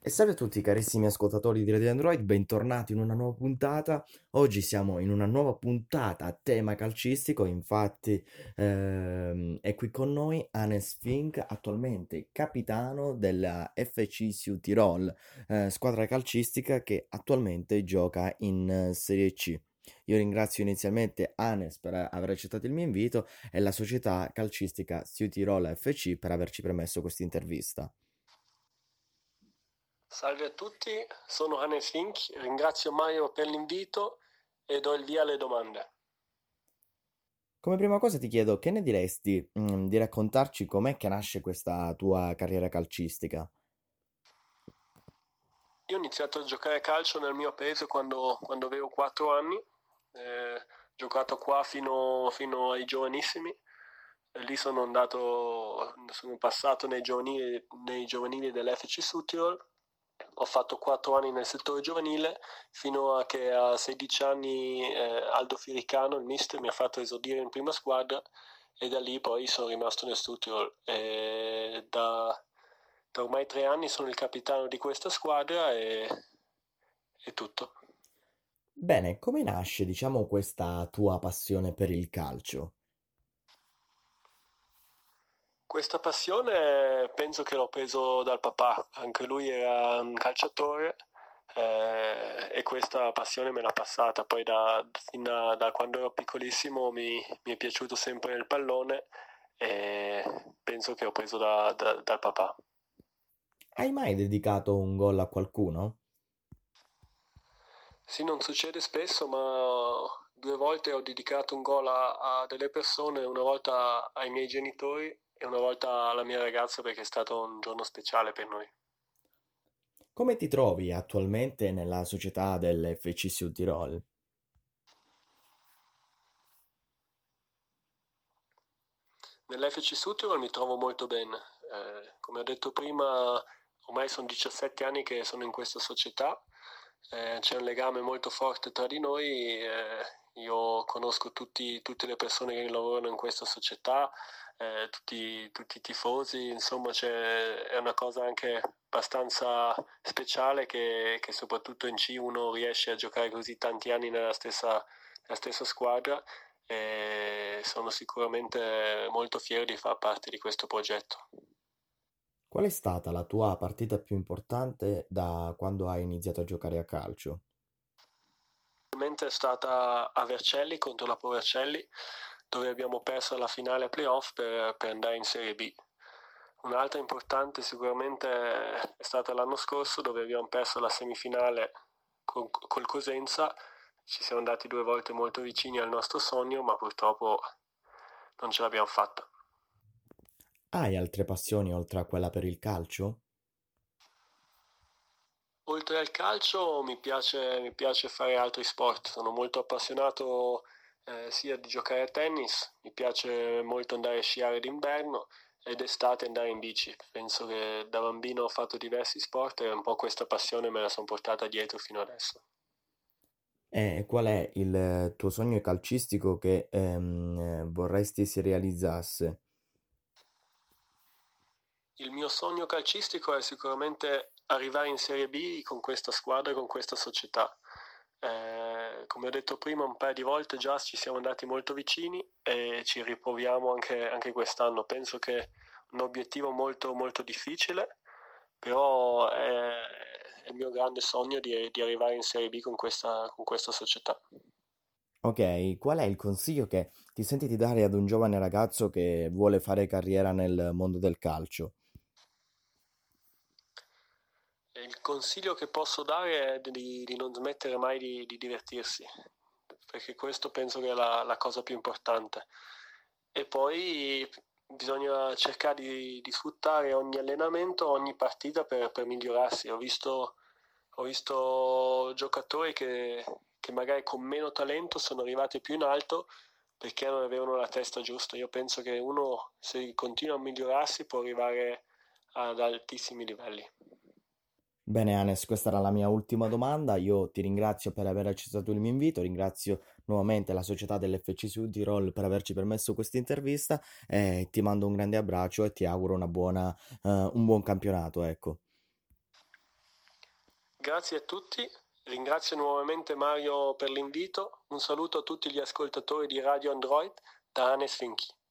E salve a tutti carissimi ascoltatori di Radio Android, bentornati in una nuova puntata. Oggi siamo in una nuova puntata a tema calcistico, infatti è qui con noi Hannes Fink, attualmente capitano della FC Südtirol, squadra calcistica che attualmente gioca in Serie C. Io ringrazio inizialmente Hannes per aver accettato il mio invito e la società calcistica Südtirol FC per averci permesso questa intervista. Salve a tutti, sono Hannes Fink, ringrazio Mario per l'invito e do il via alle domande. Come prima cosa ti chiedo, che ne diresti, di raccontarci com'è che nasce questa tua carriera calcistica? Io ho iniziato a giocare a calcio nel mio paese quando avevo 4 anni, ho giocato qua fino ai giovanissimi, e lì sono passato nei giovanili dell'FC Südtirol. Ho fatto 4 anni nel settore giovanile fino a che a 16 anni Aldo Firicano, il mister, mi ha fatto esordire in prima squadra e da lì poi sono rimasto nel Südtirol. Da ormai 3 anni sono il capitano di questa squadra e è tutto. Bene, come nasce, diciamo, questa tua passione per il calcio? Questa passione penso che l'ho preso dal papà, anche lui era un calciatore e questa passione me l'ha passata. Poi da quando ero piccolissimo mi è piaciuto sempre il pallone e penso che ho preso dal papà. Hai mai dedicato un gol a qualcuno? Sì, non succede spesso, ma 2 volte ho dedicato un gol a delle persone, una volta ai miei genitori e una volta alla mia ragazza perché è stato un giorno speciale per noi. Come ti trovi attualmente nella società dell'FC Südtirol? Nell'FC Südtirol mi trovo molto bene. Come ho detto prima, ormai sono 17 anni che sono in questa società, c'è un legame molto forte tra di noi. Io conosco tutte le persone che lavorano in questa società, tutti i tifosi, insomma è una cosa anche abbastanza speciale che soprattutto in C uno riesce a giocare così tanti anni nella stessa squadra e sono sicuramente molto fiero di far parte di questo progetto. Qual è stata la tua partita più importante da quando hai iniziato a giocare a calcio? Sicuramente è stata a Vercelli contro la Pro Vercelli, dove abbiamo perso la finale playoff per andare in Serie B. Un'altra importante sicuramente è stata l'anno scorso, dove abbiamo perso la semifinale col Cosenza. Ci siamo andati 2 volte molto vicini al nostro sogno, ma purtroppo non ce l'abbiamo fatta. Hai altre passioni oltre a quella per il calcio? Oltre al calcio mi piace fare altri sport, sono molto appassionato sia di giocare a tennis, mi piace molto andare a sciare d'inverno ed estate andare in bici. Penso che da bambino ho fatto diversi sport e un po' questa passione me la sono portata dietro fino adesso. E qual è il tuo sogno calcistico che vorresti si realizzasse? Il mio sogno calcistico è sicuramente arrivare in Serie B con questa squadra, con questa società. Come ho detto prima, un paio di volte già ci siamo andati molto vicini e ci riproviamo anche quest'anno. Penso che è un obiettivo molto, molto difficile, però è il mio grande sogno di arrivare in Serie B con questa società. Ok, qual è il consiglio che ti senti di dare ad un giovane ragazzo che vuole fare carriera nel mondo del calcio? E il consiglio che posso dare è di non smettere mai di divertirsi, perché questo penso che è la cosa più importante. E poi bisogna cercare di sfruttare ogni allenamento, ogni partita per migliorarsi. Ho visto giocatori che magari con meno talento sono arrivati più in alto perché non avevano la testa giusta. Io penso che uno, se continua a migliorarsi, può arrivare ad altissimi livelli. Bene, Anes, questa era la mia ultima domanda. Io ti ringrazio per aver accettato il mio invito, ringrazio nuovamente la società dell'FC Südtirol per averci permesso questa intervista e ti mando un grande abbraccio e ti auguro un buon campionato, ecco. Grazie a tutti, ringrazio nuovamente Mario per l'invito, un saluto a tutti gli ascoltatori di Radio Android da Hannes Finchi.